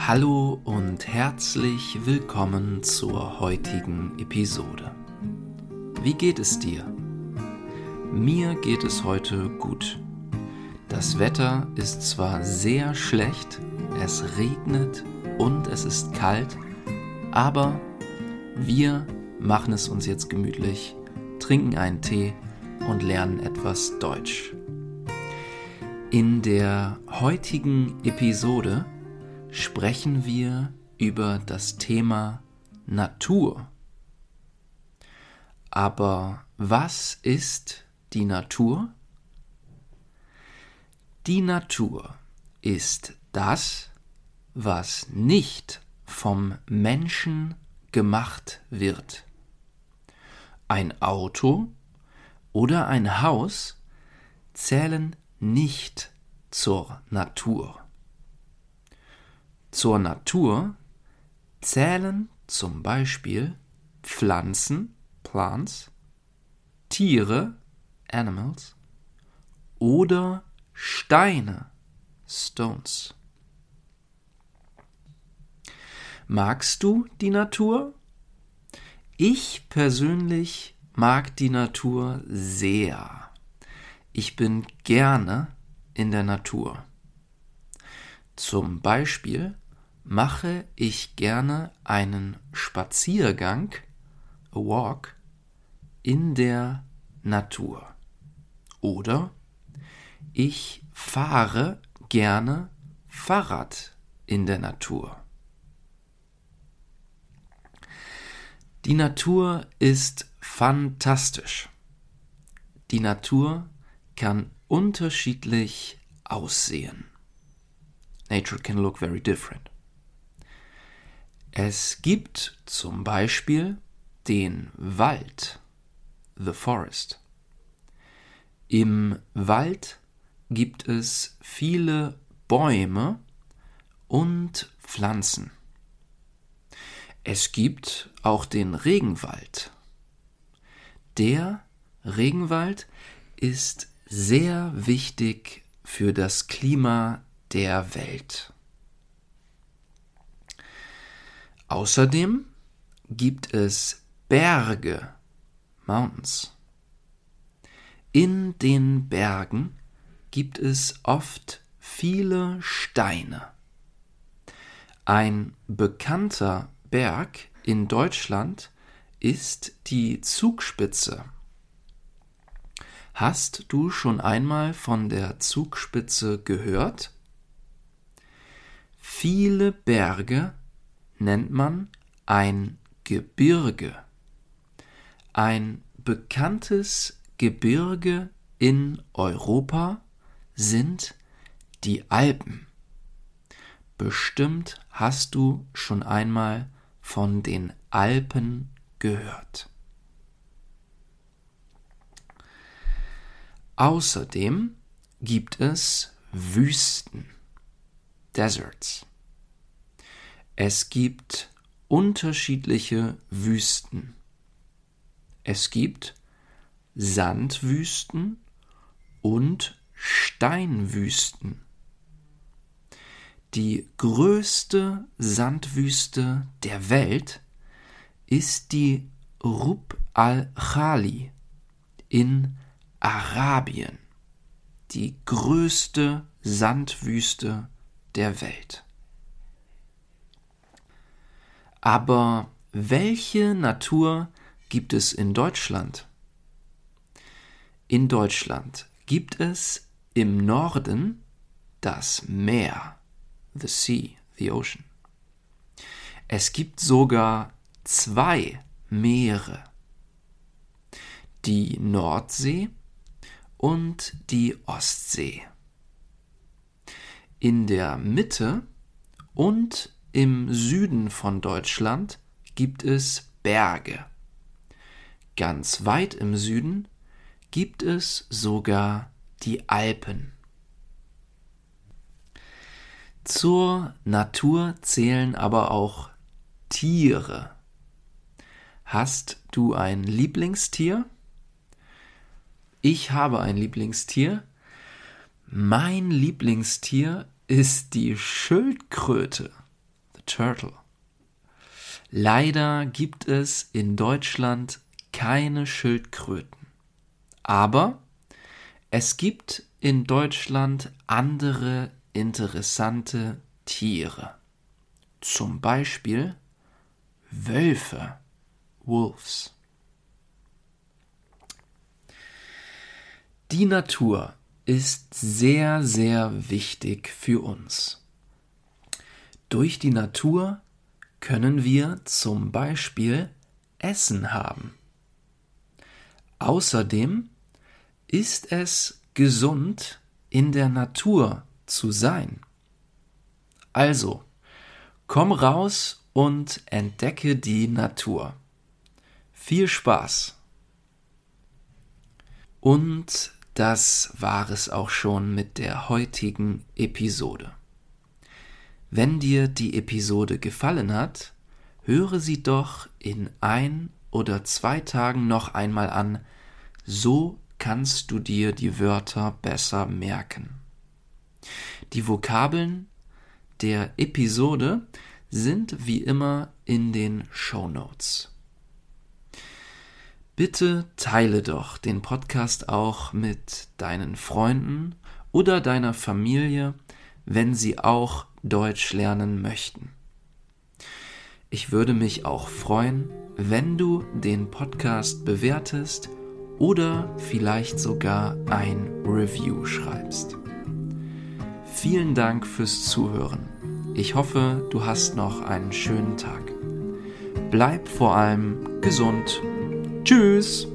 Hallo und herzlich willkommen zur heutigen Episode. Wie geht es dir? Mir geht es heute gut. Das Wetter ist zwar sehr schlecht, es regnet und es ist kalt, aber wir machen es uns jetzt gemütlich, trinken einen Tee und lernen etwas Deutsch. In der heutigen Episode sprechen wir über das Thema Natur. Aber was ist die Natur? Die Natur ist das, was nicht vom Menschen gemacht wird. Ein Auto oder ein Haus zählen nicht zur Natur. Zur Natur zählen zum Beispiel Pflanzen, Plants, Tiere, Animals oder Steine, Stones. Magst du die Natur? Ich persönlich mag die Natur sehr. Ich bin gerne in der Natur. Zum Beispiel mache ich gerne einen Spaziergang, a walk, in der Natur. Oder ich fahre gerne Fahrrad in der Natur. Die Natur ist fantastisch. Die Natur kann unterschiedlich aussehen. Nature can look very different. Es gibt zum Beispiel den Wald, the forest. Im Wald gibt es viele Bäume und Pflanzen. Es gibt auch den Regenwald. Der Regenwald ist sehr wichtig für das Klima der Welt. Außerdem gibt es Berge, Mountains. In den Bergen gibt es oft viele Steine. Ein bekannter Berg in Deutschland ist die Zugspitze. Hast du schon einmal von der Zugspitze gehört? Viele Berge nennt man ein Gebirge. Ein bekanntes Gebirge in Europa sind die Alpen. Bestimmt hast du schon einmal von den Alpen gehört. Außerdem gibt es Wüsten, Deserts. Es gibt unterschiedliche Wüsten. Es gibt Sandwüsten und Steinwüsten. Die größte Sandwüste der Welt ist die Rub al-Khali in Arabien. Die größte Sandwüste der Welt. Aber welche Natur gibt es in Deutschland? In Deutschland gibt es im Norden das Meer, the sea, the ocean. Es gibt sogar 2 Meere, die Nordsee und die Ostsee. In der Mitte und im Süden von Deutschland gibt es Berge. Ganz weit im Süden gibt es sogar die Alpen. Zur Natur zählen aber auch Tiere. Hast du ein Lieblingstier? Ich habe ein Lieblingstier. Mein Lieblingstier ist die Schildkröte. turtle. Leider gibt es in Deutschland keine Schildkröten. Aber es gibt in Deutschland andere interessante Tiere. Zum Beispiel Wölfe, Wolves. Die Natur ist sehr, sehr wichtig für uns. Durch die Natur können wir zum Beispiel Essen haben. Außerdem ist es gesund, in der Natur zu sein. Also, komm raus und entdecke die Natur. Viel Spaß! Und das war es auch schon mit der heutigen Episode. Wenn dir die Episode gefallen hat, höre sie doch in 1 oder 2 Tagen noch einmal an, so kannst du dir die Wörter besser merken. Die Vokabeln der Episode sind wie immer in den Shownotes. Bitte teile doch den Podcast auch mit deinen Freunden oder deiner Familie, wenn sie auch Deutsch lernen möchten. Ich würde mich auch freuen, wenn du den Podcast bewertest oder vielleicht sogar ein Review schreibst. Vielen Dank fürs Zuhören. Ich hoffe, du hast noch einen schönen Tag. Bleib vor allem gesund. Tschüss!